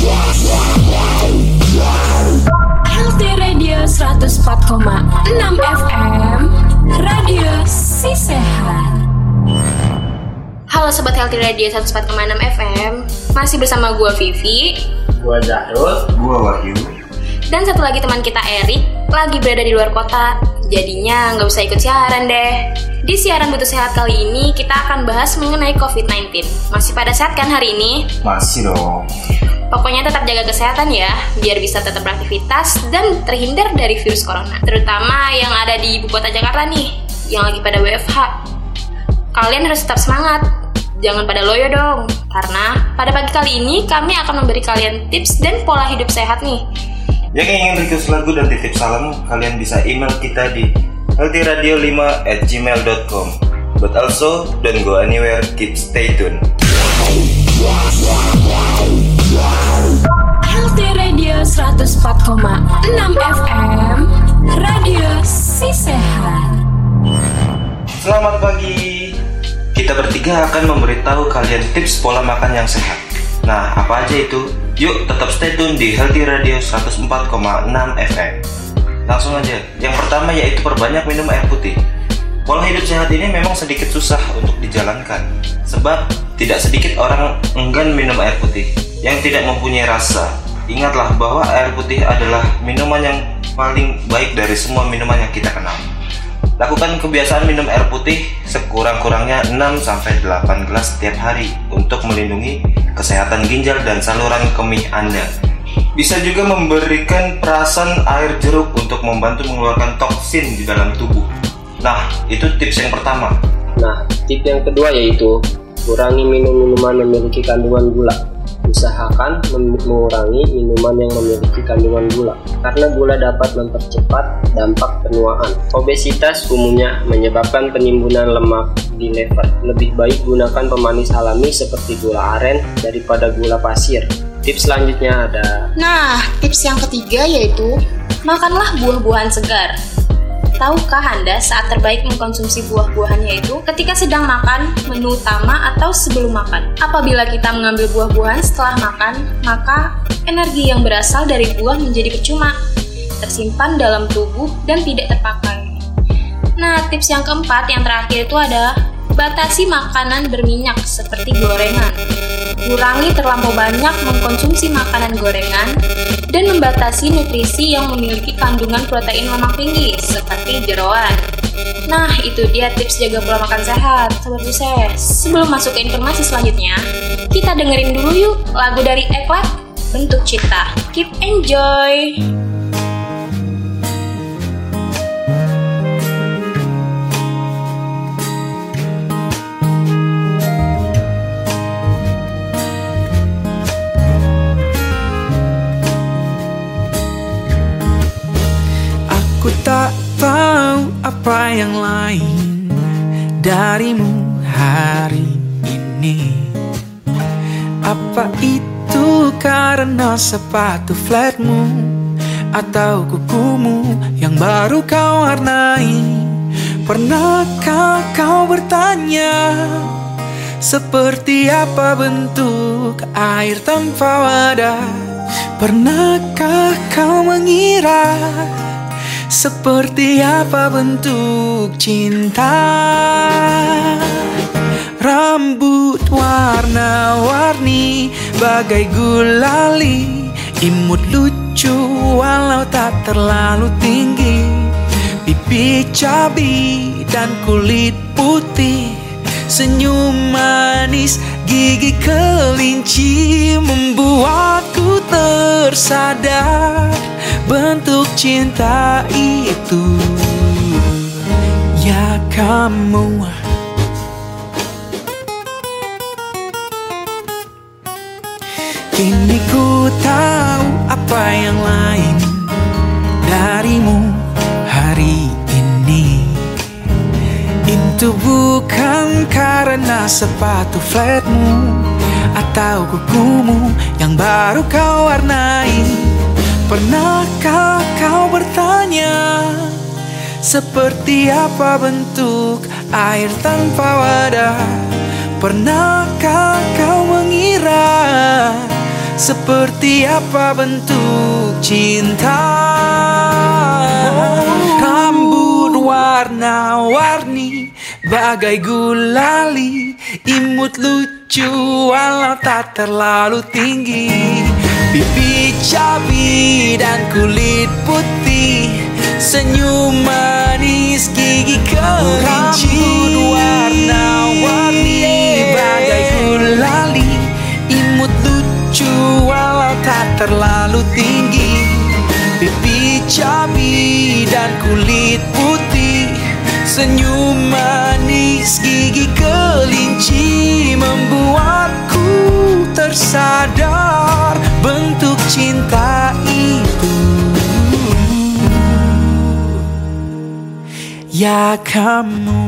Healthy Radio 104,6 FM, Radio si sehat. Halo Sobat Healthy Radio 104,6 FM. Masih bersama gue Vivi, gue Zahrul, gue Wahyu, dan satu lagi teman kita Erik lagi berada di luar kota. Jadinya gak usah ikut siaran deh. Di siaran Butuh Sehat kali ini kita akan bahas mengenai COVID-19. Masih pada sehat kan hari ini? Masih dong. Pokoknya tetap jaga kesehatan ya, biar bisa tetap beraktivitas dan terhindar dari virus corona. Terutama yang ada di ibu kota Jakarta nih, yang lagi pada WFH. Kalian harus tetap semangat, jangan pada loyo dong. Karena pada pagi kali ini kami akan memberi kalian tips dan pola hidup sehat nih. Yang ingin request lagu dan titip salam, kalian bisa email kita di healthyradio5@gmail.com. But also, don't go anywhere, keep stay tuned. Healthy Radio 104,6 FM, Radio si sehat. Selamat pagi. Kita bertiga akan memberitahu kalian tips pola makan yang sehat. Nah, apa aja itu? Yuk tetap stay tune di Healthy Radio 104,6 FM. Langsung aja. Yang pertama yaitu perbanyak minum air putih. Pola hidup sehat ini memang sedikit susah untuk dijalankan, sebab tidak sedikit orang enggan minum air putih yang tidak mempunyai rasa. Ingatlah bahwa air putih adalah minuman yang paling baik dari semua minuman yang kita kenal. Lakukan kebiasaan minum air putih sekurang-kurangnya 6-8 gelas setiap hari untuk melindungi kesehatan ginjal dan saluran kemih Anda. Bisa juga memberikan perasan air jeruk untuk membantu mengeluarkan toksin di dalam tubuh. Nah, itu tips yang pertama. Nah, tips yang kedua yaitu kurangi minum minuman memiliki kandungan gula. Usahakan mengurangi minuman yang memiliki kandungan gula, karena gula dapat mempercepat dampak penuaan. Obesitas umumnya menyebabkan penimbunan lemak di lever. Lebih baik gunakan pemanis alami seperti gula aren daripada gula pasir. Tips selanjutnya ada. Nah, tips yang ketiga yaitu makanlah buah-buahan segar. Tahukah Anda saat terbaik mengkonsumsi buah-buahan yaitu ketika sedang makan, menu utama, atau sebelum makan? Apabila kita mengambil buah-buahan setelah makan, maka energi yang berasal dari buah menjadi percuma, tersimpan dalam tubuh dan tidak terpakai. Nah, tips yang keempat, yang terakhir itu ada batasi makanan berminyak seperti gorengan. Kurangi terlampau banyak mengkonsumsi makanan gorengan dan membatasi nutrisi yang memiliki kandungan protein lemak tinggi seperti jeroan. Nah, itu dia tips jaga pola makan sehat, Sobat Buset. Sebelum masuk ke informasi selanjutnya, kita dengerin dulu yuk lagu dari Eklat, Bentuk Cinta. Keep enjoy! Aku tak tahu apa yang lain darimu hari ini. Apa itu karena sepatu flatmu atau kukumu yang baru kau warnai? Pernahkah kau bertanya seperti apa bentuk air tanpa wadah? Pernahkah kau mengira seperti apa bentuk cinta? Rambut warna-warni bagai gulali, imut lucu walau tak terlalu tinggi, pipi cabi dan kulit putih, senyum manis gigi kelinci, membuatku tersadar bentuk cinta itu. Ya kamu, kini ku tahu apa yang lain darimu hari ini. Itu bukan karena sepatu flatmu atau kukumu yang baru kau warnai. Pernahkah kau bertanya seperti apa bentuk air tanpa wadah? Pernahkah kau mengira seperti apa bentuk cinta. Rambut warna-warni bagai gulali, imut lucu walau tak terlalu tinggi. Pipi cabi dan kulit putih, senyum manis gigi kelinci. Rambut warna-warni bagai gulali, imut lucu walau tak terlalu tinggi. Pipi cabi dan kulit putih, senyum manis gigi kelinci, membuatku tersadar bentuk cinta itu. Ya kamu,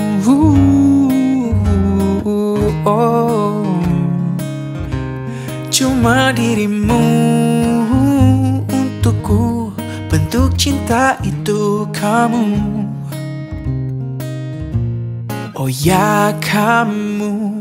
cuma dirimu untukku, bentuk cinta itu kamu. Oh ya kamu.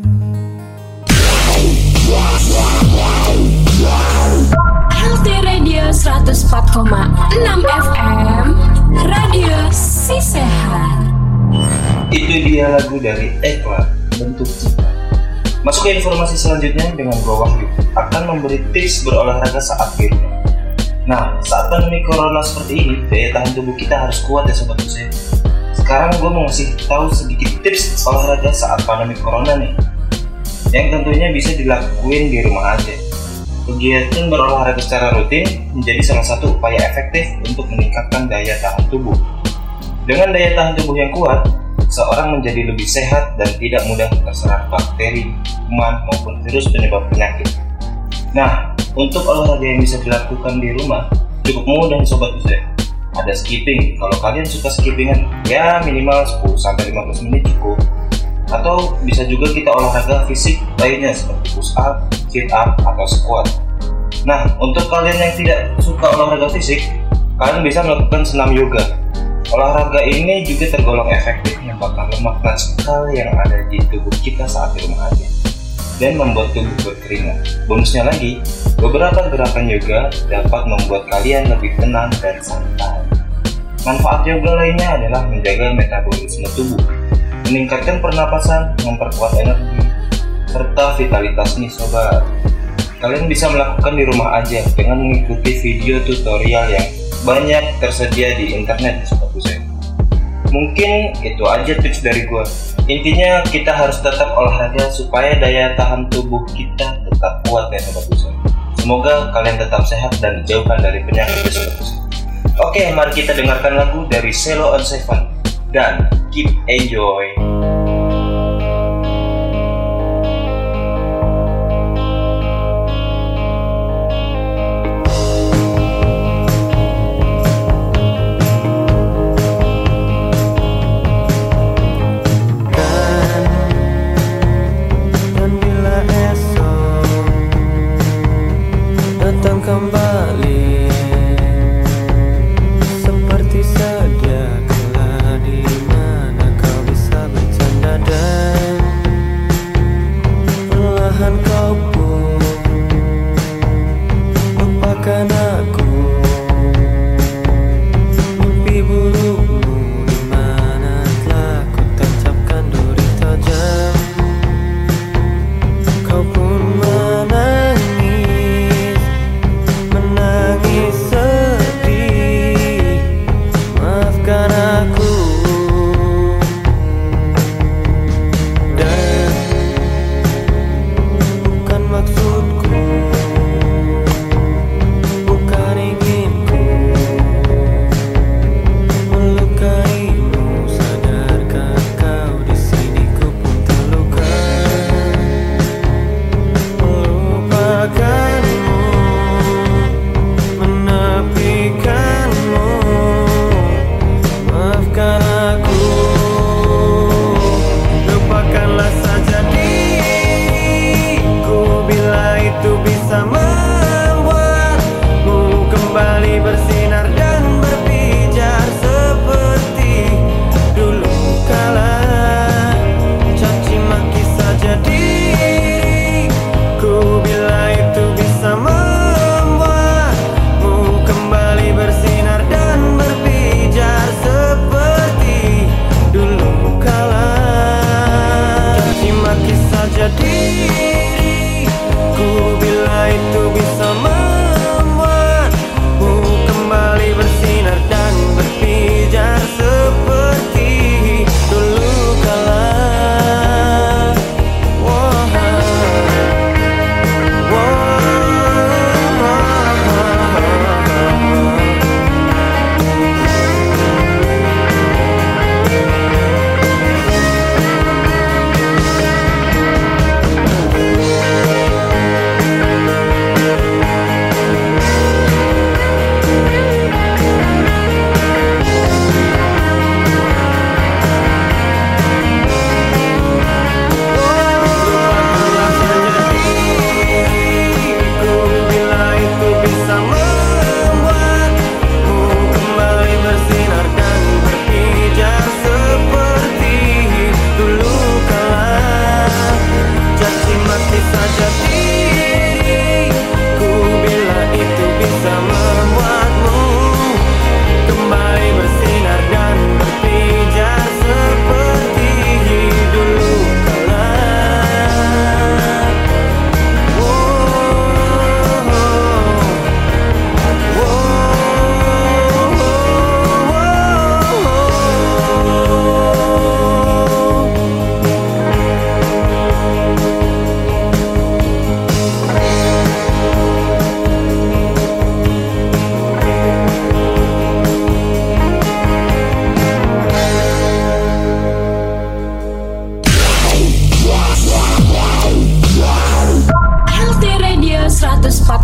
Healthy Radio 104,6 FM, radio si sehat. Itu dia lagu dari Ekla, Bentuk Cinta. Masuk ke informasi selanjutnya dengan gua Wahyu akan memberi tips berolahraga saat di rumah. Nah, saat pandemi corona seperti ini, daya tahan tubuh kita harus kuat ya sobat musik. Sekarang gue mau ngasih tahu sedikit tips olahraga saat pandemi corona nih, yang tentunya bisa dilakuin di rumah aja. Kegiatan berolahraga secara rutin menjadi salah satu upaya efektif untuk meningkatkan daya tahan tubuh. Dengan daya tahan tubuh yang kuat, seorang menjadi lebih sehat dan tidak mudah terserang bakteri, kuman maupun virus penyebab penyakit. Nah, untuk olahraga yang bisa dilakukan di rumah cukup mudah sobat musik. Ada skipping, kalau kalian suka skippingan ya minimal 10-15 menit cukup. Atau bisa juga kita olahraga fisik lainnya seperti push up, sit up, atau squat. Nah, untuk kalian yang tidak suka olahraga fisik, kalian bisa melakukan senam yoga. Olahraga ini juga tergolong efektif membakar lemak naskal yang ada di tubuh kita saat di rumah aja dan membuat tubuh berkeringat. Bonusnya lagi, beberapa gerakan yoga dapat membuat kalian lebih tenang dan santai. Manfaat yoga lainnya adalah menjaga metabolisme tubuh, meningkatkan pernapasan, memperkuat energi, serta vitalitas nih sobat. Kalian bisa melakukan di rumah aja dengan mengikuti video tutorial yang banyak tersedia di internet sobat musik. Mungkin itu aja tips dari gue. Intinya kita harus tetap olahraga supaya daya tahan tubuh kita tetap kuat ya sobat musik. Semoga kalian tetap sehat dan dijauhkan dari penyakit sobat musik. Oke, mari kita dengarkan lagu dari Selo on Seven dan Keep Enjoy. Kembali seperti sedia kala, di mana kau bisa berjalan.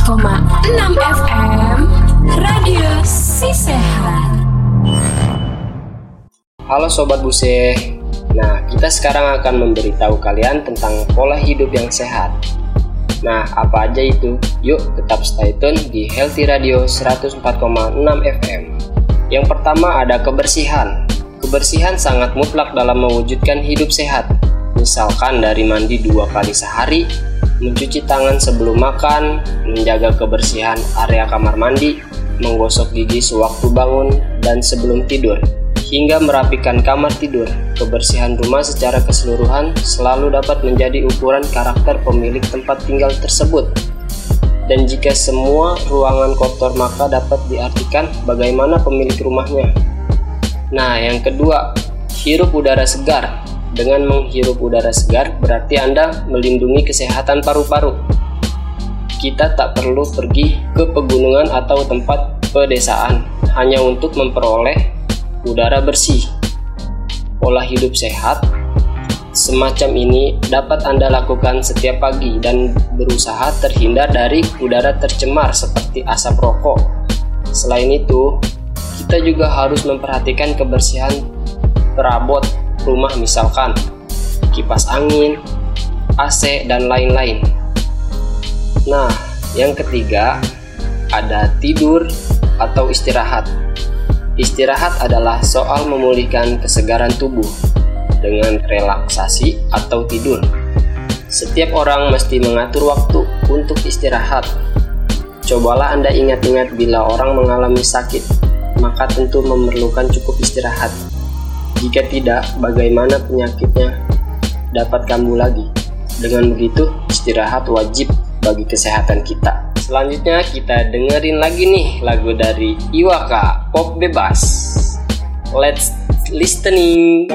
FM Radio Si Sehat. Halo Sobat Buse. Nah, kita sekarang akan memberitahu kalian tentang pola hidup yang sehat. Nah, apa aja itu? Yuk tetap stay tune di Healthy Radio 104,6 FM. Yang pertama ada kebersihan. Kebersihan sangat mutlak dalam mewujudkan hidup sehat. Misalkan dari mandi 2 kali sehari, mencuci tangan sebelum makan, menjaga kebersihan area kamar mandi, menggosok gigi sewaktu bangun dan sebelum tidur, hingga merapikan kamar tidur. Kebersihan rumah secara keseluruhan selalu dapat menjadi ukuran karakter pemilik tempat tinggal tersebut. Dan jika semua ruangan kotor, maka dapat diartikan bagaimana pemilik rumahnya. Nah, yang kedua, hirup udara segar. Dengan menghirup udara segar, berarti Anda melindungi kesehatan paru-paru. Kita tak perlu pergi ke pegunungan atau tempat pedesaan hanya untuk memperoleh udara bersih. Pola hidup sehat semacam ini dapat Anda lakukan setiap pagi dan berusaha terhindar dari udara tercemar seperti asap rokok. Selain itu, kita juga harus memperhatikan kebersihan perabot rumah, misalkan kipas angin, AC, dan lain-lain. Nah, yang ketiga ada tidur atau istirahat. Istirahat adalah soal memulihkan kesegaran tubuh dengan relaksasi atau tidur. Setiap orang mesti mengatur waktu untuk istirahat. Cobalah Anda ingat-ingat bila orang mengalami sakit, maka tentu memerlukan cukup istirahat. Jika tidak, bagaimana penyakitnya dapat kambuh lagi? Dengan begitu, istirahat wajib bagi kesehatan kita. Selanjutnya kita dengerin lagi nih lagu dari Iwaka, Pop Bebas. Let's listening.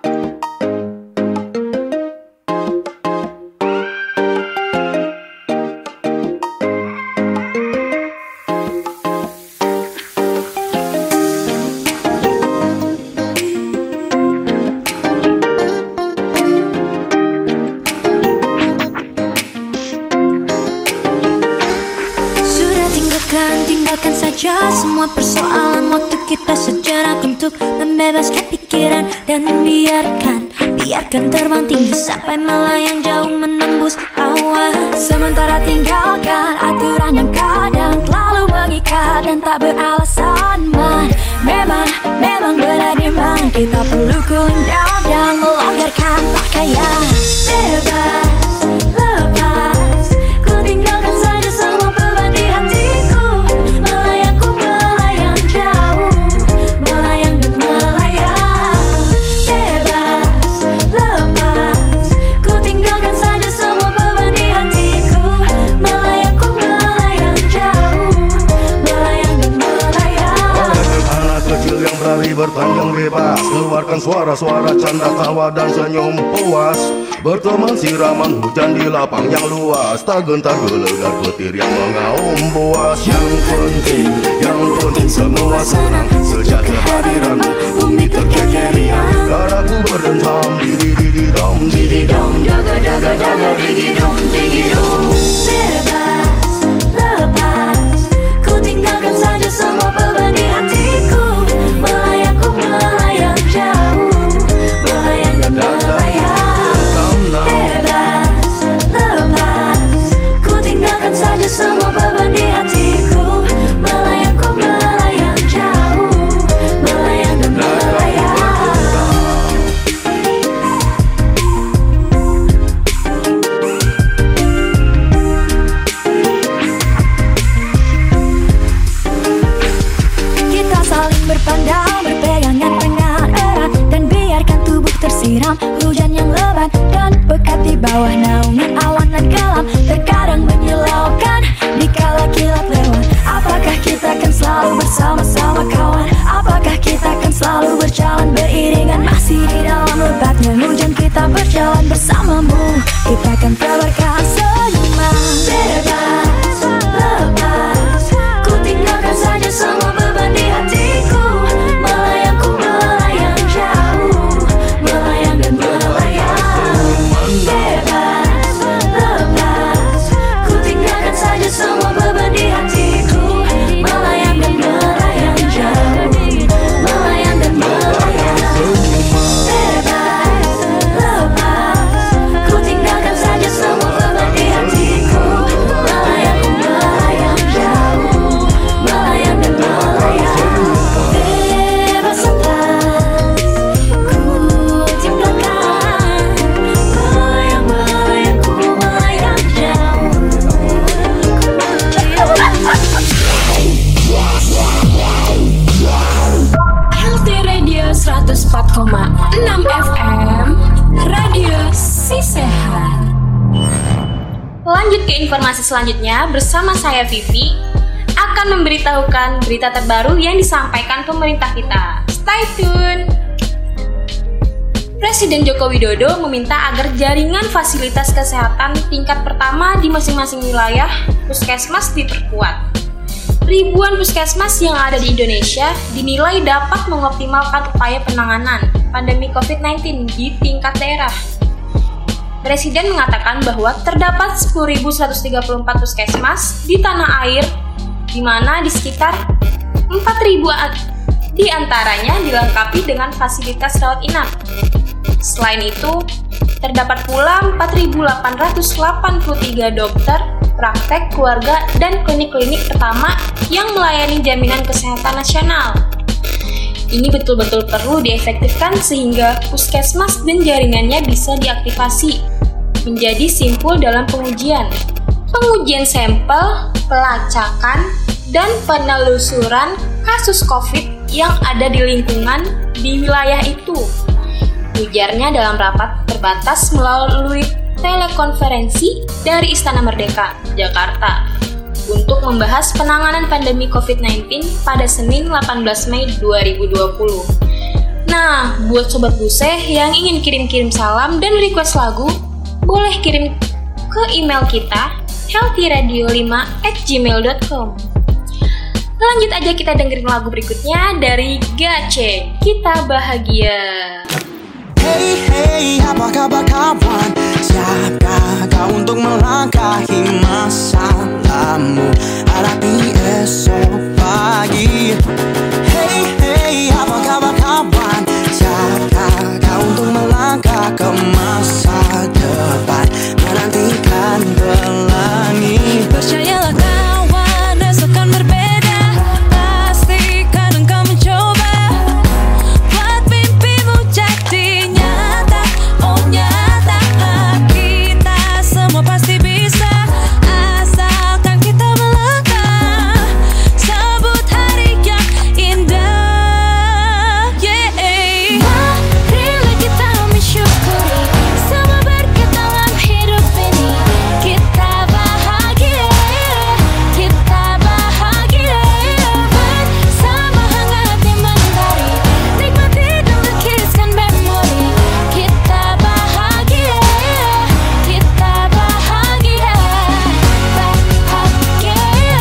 Tinggalkan saja semua persoalan, waktu kita sejenak untuk membebaskan pikiran dan biarkan terbang tinggi sampai melayang jauh menembus awan. Sementara tinggalkan aturan yang kadang terlalu mengikat dan tak beralasan. Memang benar di mana kita perlu cooling down dan melonggarkan pakaian. Lepas, ku tinggalkan saja semua beban di hatiku. Berpanjang bebas, keluarkan suara-suara canda tawa dan senyum puas. Berteman siraman hujan di lapang yang luas, tak gentar gelegar petir yang mengaum buas. Yang penting semua senang sejak kehadiranmu, bumi terkekerian. Daraku berdentang, didi-didi-dom, didi-dom, jaga-jaga-jaga, didi-dom, didi-dom. Bebas, lepas, ku tinggalkan saja semua beban di hatiku. Melayang jauh, melayang dan melayang. Bebas, lepas, ku tinggalkan saja semua beban di hatiku. Melayang jauh, melayang dan melayang. Kita saling berpandang, berpegangan tangan erat, dan biarkan tubuh tersiram hujan yang lebat dan pekat di bawah naungan awan dan kelam. Terkadang menyilaukan dikala kilat lewat. Apakah kita akan selalu bersama-sama kawan? Apakah kita akan selalu berjalan beriringan? Masih di dalam lebatnya hujan kita berjalan bersamamu. Kita akan tebarkan senyuman. Bebas, lepas, ku tinggalkan saja semua beban di hatiku. Melayang jauh, melayang dan melayang. Bebas, informasi selanjutnya bersama saya Vivi akan memberitahukan berita terbaru yang disampaikan pemerintah kita. Stay tune! Presiden Joko Widodo meminta agar jaringan fasilitas kesehatan tingkat pertama di masing-masing wilayah puskesmas diperkuat. Ribuan puskesmas yang ada di Indonesia dinilai dapat mengoptimalkan upaya penanganan pandemi COVID-19 di tingkat daerah. Presiden mengatakan bahwa terdapat 10.134 puskesmas di tanah air, di mana di sekitar 4.000 di antaranya dilengkapi dengan fasilitas rawat inap. Selain itu, terdapat pula 4.883 dokter, praktek keluarga, dan klinik-klinik pertama yang melayani jaminan kesehatan nasional. Ini betul-betul perlu diefektifkan sehingga puskesmas dan jaringannya bisa diaktifasi menjadi simpul dalam pengujian sampel, pelacakan, dan penelusuran kasus COVID yang ada di lingkungan di wilayah itu. Ujarnya dalam rapat terbatas melalui telekonferensi dari Istana Merdeka, Jakarta, untuk membahas penanganan pandemi COVID-19 pada Senin 18 Mei 2020. Nah, buat Sobat Buseh yang ingin kirim-kirim salam dan request lagu, boleh kirim ke email kita healthyradio5@gmail.com. Lanjut aja kita dengerin lagu berikutnya dari Gace, Kita Bahagia. Hey hey, apa kabar kawan? Siapkah kau untuk melangkahi masalahmu, hadapi esok pagi? Hey hey, apa kabar kawan? Siapkah kau untuk melangkah ke masa depan, menantikan pelangi? Percayalah kawan, esok kan berbeda. Pastikan engkau mencoba buat mimpimu jadi nyata. Oh nyata, kita semua pasti bisa, asalkan kita melangkah. Sebut hari yang indah, yeah. Marilah kita mensyukuri semua berkat dalam hidup ini. Kita bahagia, kita bahagia. Bersama hangatnya mentari, nikmati dan lukiskan memori. Kita bahagia, kita bahagia. Bahagia,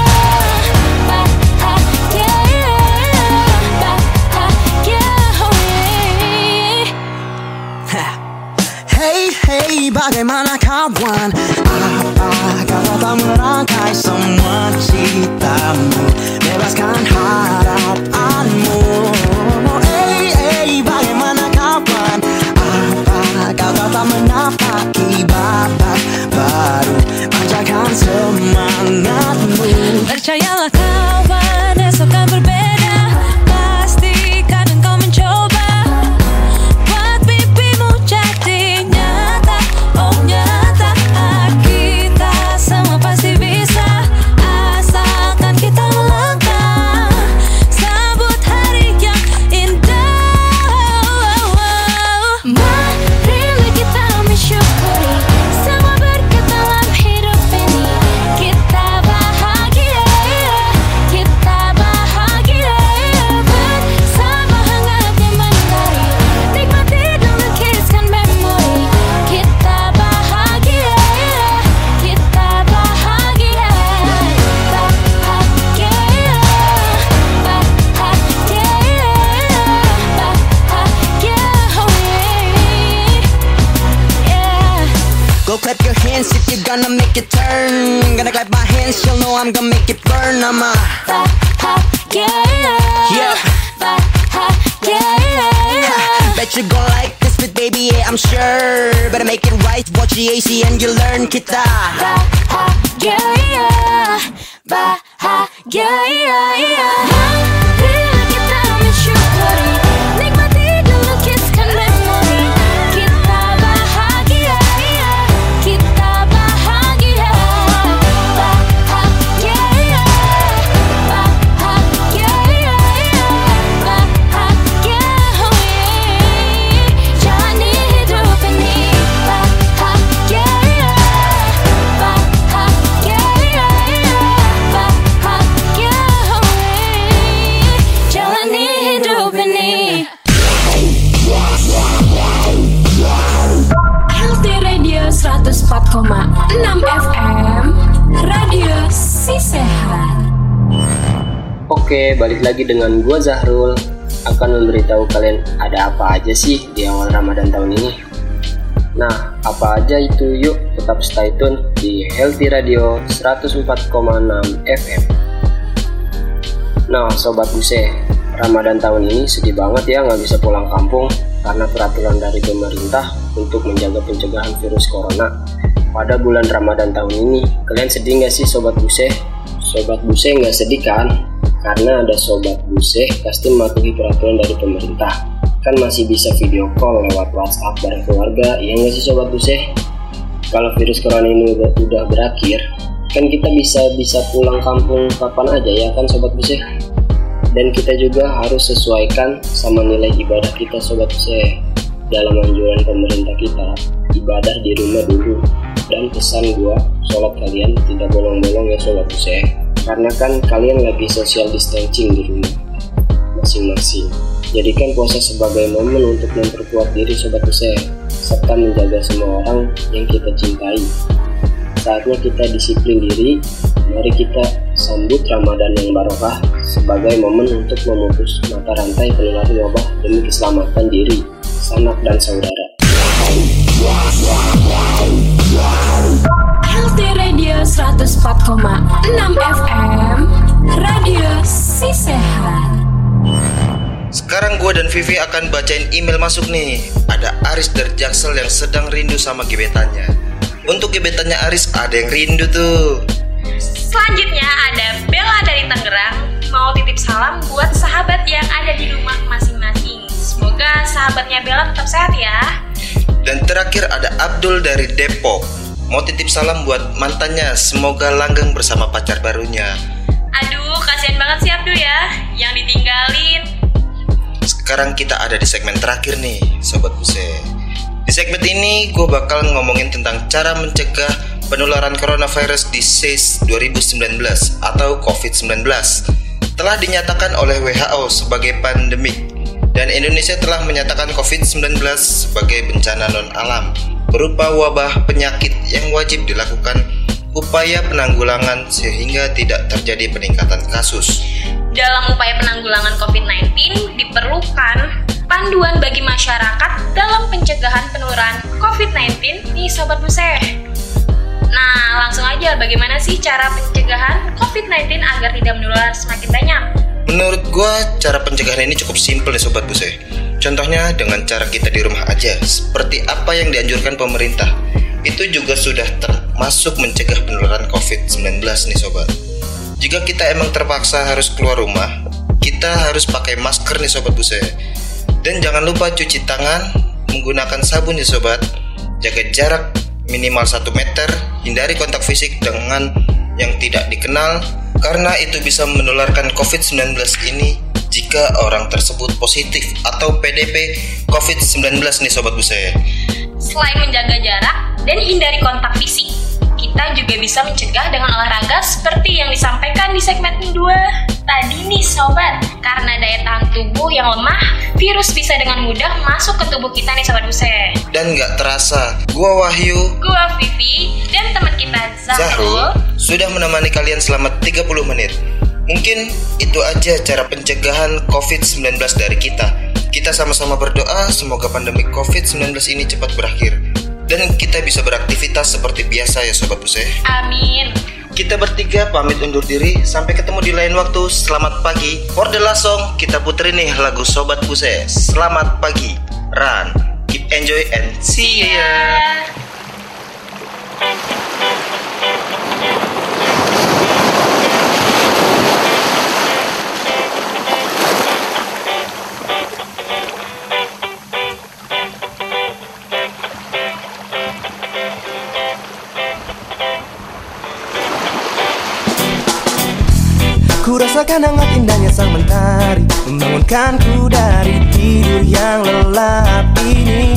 bahagia. Hey hey, bagaimana kawan? Apa kau dapat merangkai semua citamu, bebaskan harapanmu? Hey hey, bagaimana kawan? Apa kau dapat menapaki babak baru, panjatkan semangatmu? Percayalah kawan, esok kan berbeda. Pastikan engkau mencoba buat mimpimu jadi nyata. Oh nyata, kita semua pasti bisa, asalkan kita melangkah. Sebut hari yang indah. Marilah kita mensyukuri semua berkat dalam hidup ini. Kita bahagia, kita bahagia. Bersama hangatnya mentari, nikmati dan lukiskan memori. Kita bahagia, kita bahagia. Bahagia, bahagia, yeah. Go clap your hands if you're gonna make it turn. Gonna clap my hands, you'll know I'm gonna make it burn. I'm a bahagia, yeah. Bahagia, bet you gon' like this fit, baby, yeah, I'm sure. Better make it right, watch the AC and you learn. Kita bahagia, bahagia, marilah kita mensyukuri, nikmati dan lukiskan memori. Kita bahagia, kita bahagia. Bahagia, bahagia, bahagia. Jalani hidup ini bahagia, bahagia. Oke, balik lagi dengan gua Zahrul akan memberitahu kalian ada apa aja sih di awal Ramadan tahun ini. Nah, apa aja itu? Yuk tetap stay tune di Healthy Radio 104,6 FM. Nah, Sobat Buse, Ramadan tahun ini sedih banget ya nggak bisa pulang kampung karena peraturan dari pemerintah untuk menjaga pencegahan virus corona pada bulan Ramadan tahun ini. Kalian sedih nggak sih Sobat Buse? Sobat Buse nggak sedih kan? Karena ada Sobat Buse pasti mematuhi peraturan dari pemerintah. Kan masih bisa video call lewat WhatsApp bareng keluarga, iya nggak sih Sobat Buse? Kalau virus corona ini udah berakhir, kan kita bisa pulang kampung kapan aja ya kan Sobat Buse? Dan kita juga harus sesuaikan sama nilai ibadah kita Sobat Buse. Dalam anjuran pemerintah kita, ibadah di rumah dulu. Dan pesan gua, sholat kalian tidak bolong-bolong ya Sobat Buse. Karena kan kalian lagi social distancing di rumah masing-masing. Jadikan puasa sebagai momen untuk memperkuat diri Sobat Buse, serta menjaga semua orang yang kita cintai. Saatnya kita disiplin diri. Mari kita sambut Ramadan yang barokah sebagai momen untuk memutus mata rantai penularan wabah demi keselamatan diri, sanak dan saudara. Healthy Radio 104,6 FM, Radio si sehat. Sekarang gue dan Vivi akan bacain email masuk nih. Ada Aris dari Jaksel yang sedang rindu sama gebetannya. Untuk gebetannya Aris ada yang rindu tuh. Selanjutnya ada Bella dari Tangerang, mau titip salam buat sahabat yang ada di rumah masing-masing. Semoga sahabatnya Bella tetap sehat ya. Dan terakhir ada Abdul dari Depok, mau titip salam buat mantannya, semoga langgeng bersama pacar barunya. Aduh, kasihan banget sih Abdul ya, yang ditinggalin. Sekarang kita ada di segmen terakhir nih Sobat Buse. Di segmen ini gue bakal ngomongin tentang cara mencegah penularan coronavirus disease 2019 atau COVID-19. Telah dinyatakan oleh WHO sebagai pandemik, dan Indonesia telah menyatakan COVID-19 sebagai bencana non-alam berupa wabah penyakit yang wajib dilakukan upaya penanggulangan sehingga tidak terjadi peningkatan kasus. Dalam upaya penanggulangan COVID-19 diperlukan panduan bagi masyarakat dalam pencegahan penularan COVID-19 nih Sobat Buse. Nah, langsung aja, bagaimana sih cara pencegahan COVID-19 agar tidak menular semakin banyak? Menurut gue, cara pencegahan ini cukup simpel nih Sobat Buse. Contohnya dengan cara kita di rumah aja, seperti apa yang dianjurkan pemerintah. Itu juga sudah termasuk mencegah penularan COVID-19 nih Sobat. Jika kita emang terpaksa harus keluar rumah, kita harus pakai masker nih Sobat Buse. Dan jangan lupa cuci tangan menggunakan sabun ya Sobat. Jaga jarak minimal 1 meter, hindari kontak fisik dengan yang tidak dikenal, karena itu bisa menularkan COVID-19 ini jika orang tersebut positif atau PDP COVID-19 nih Sobat Buse. Selain menjaga jarak dan hindari kontak fisik, kita juga bisa mencegah dengan olahraga seperti yang disampaikan di segmen 2 tadi nih Sobat. Karena daya tahan tubuh yang lemah, virus bisa dengan mudah masuk ke tubuh kita nih Sobat Buse. Dan gak terasa, gua Wahyu, gua Vivi, dan teman kita Zahrul sudah menemani kalian selama 30 menit. Mungkin itu aja cara pencegahan COVID-19 dari kita. Kita sama-sama berdoa semoga pandemi COVID-19 ini cepat berakhir dan kita bisa beraktivitas seperti biasa ya Sobat Buse. Amin. Kita bertiga pamit undur diri, sampai ketemu di lain waktu. Selamat pagi. For the last song, kita puterin nih lagu Sobat Buse. Selamat pagi. Run, keep enjoy and see ya. Ku rasakan hangat indahnya sang mentari membangunkanku dari tidur yang lelap ini.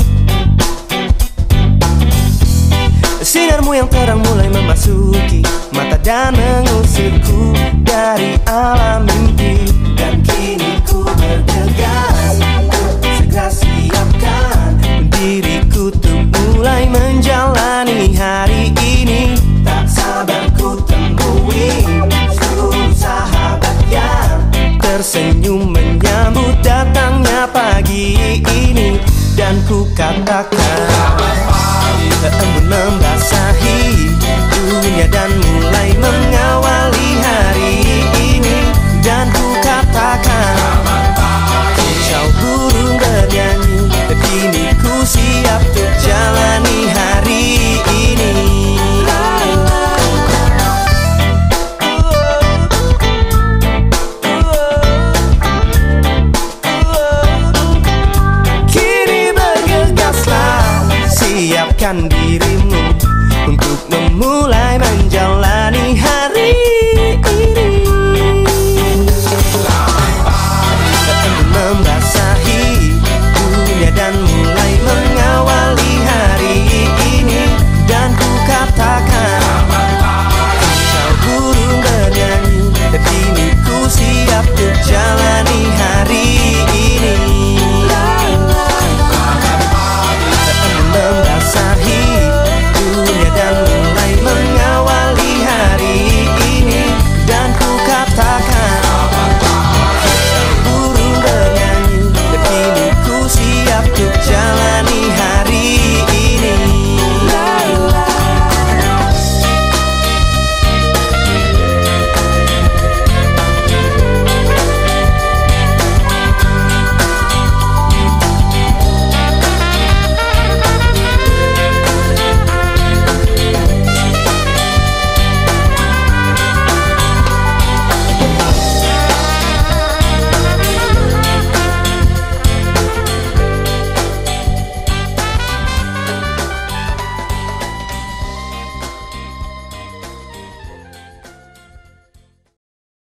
Sinarmu yang terang mulai memasuki mata dan mengusirku dari alam mimpi. Dan kini ku bergegas, segera siapkan diriku untuk mulai menjalani hari ini. Tak sabar ku temui seluruh sahabat yang tersenyum menyambut datangnya pagi ini. Dan ku katakan embun membasahi dunia dan mulai mengapa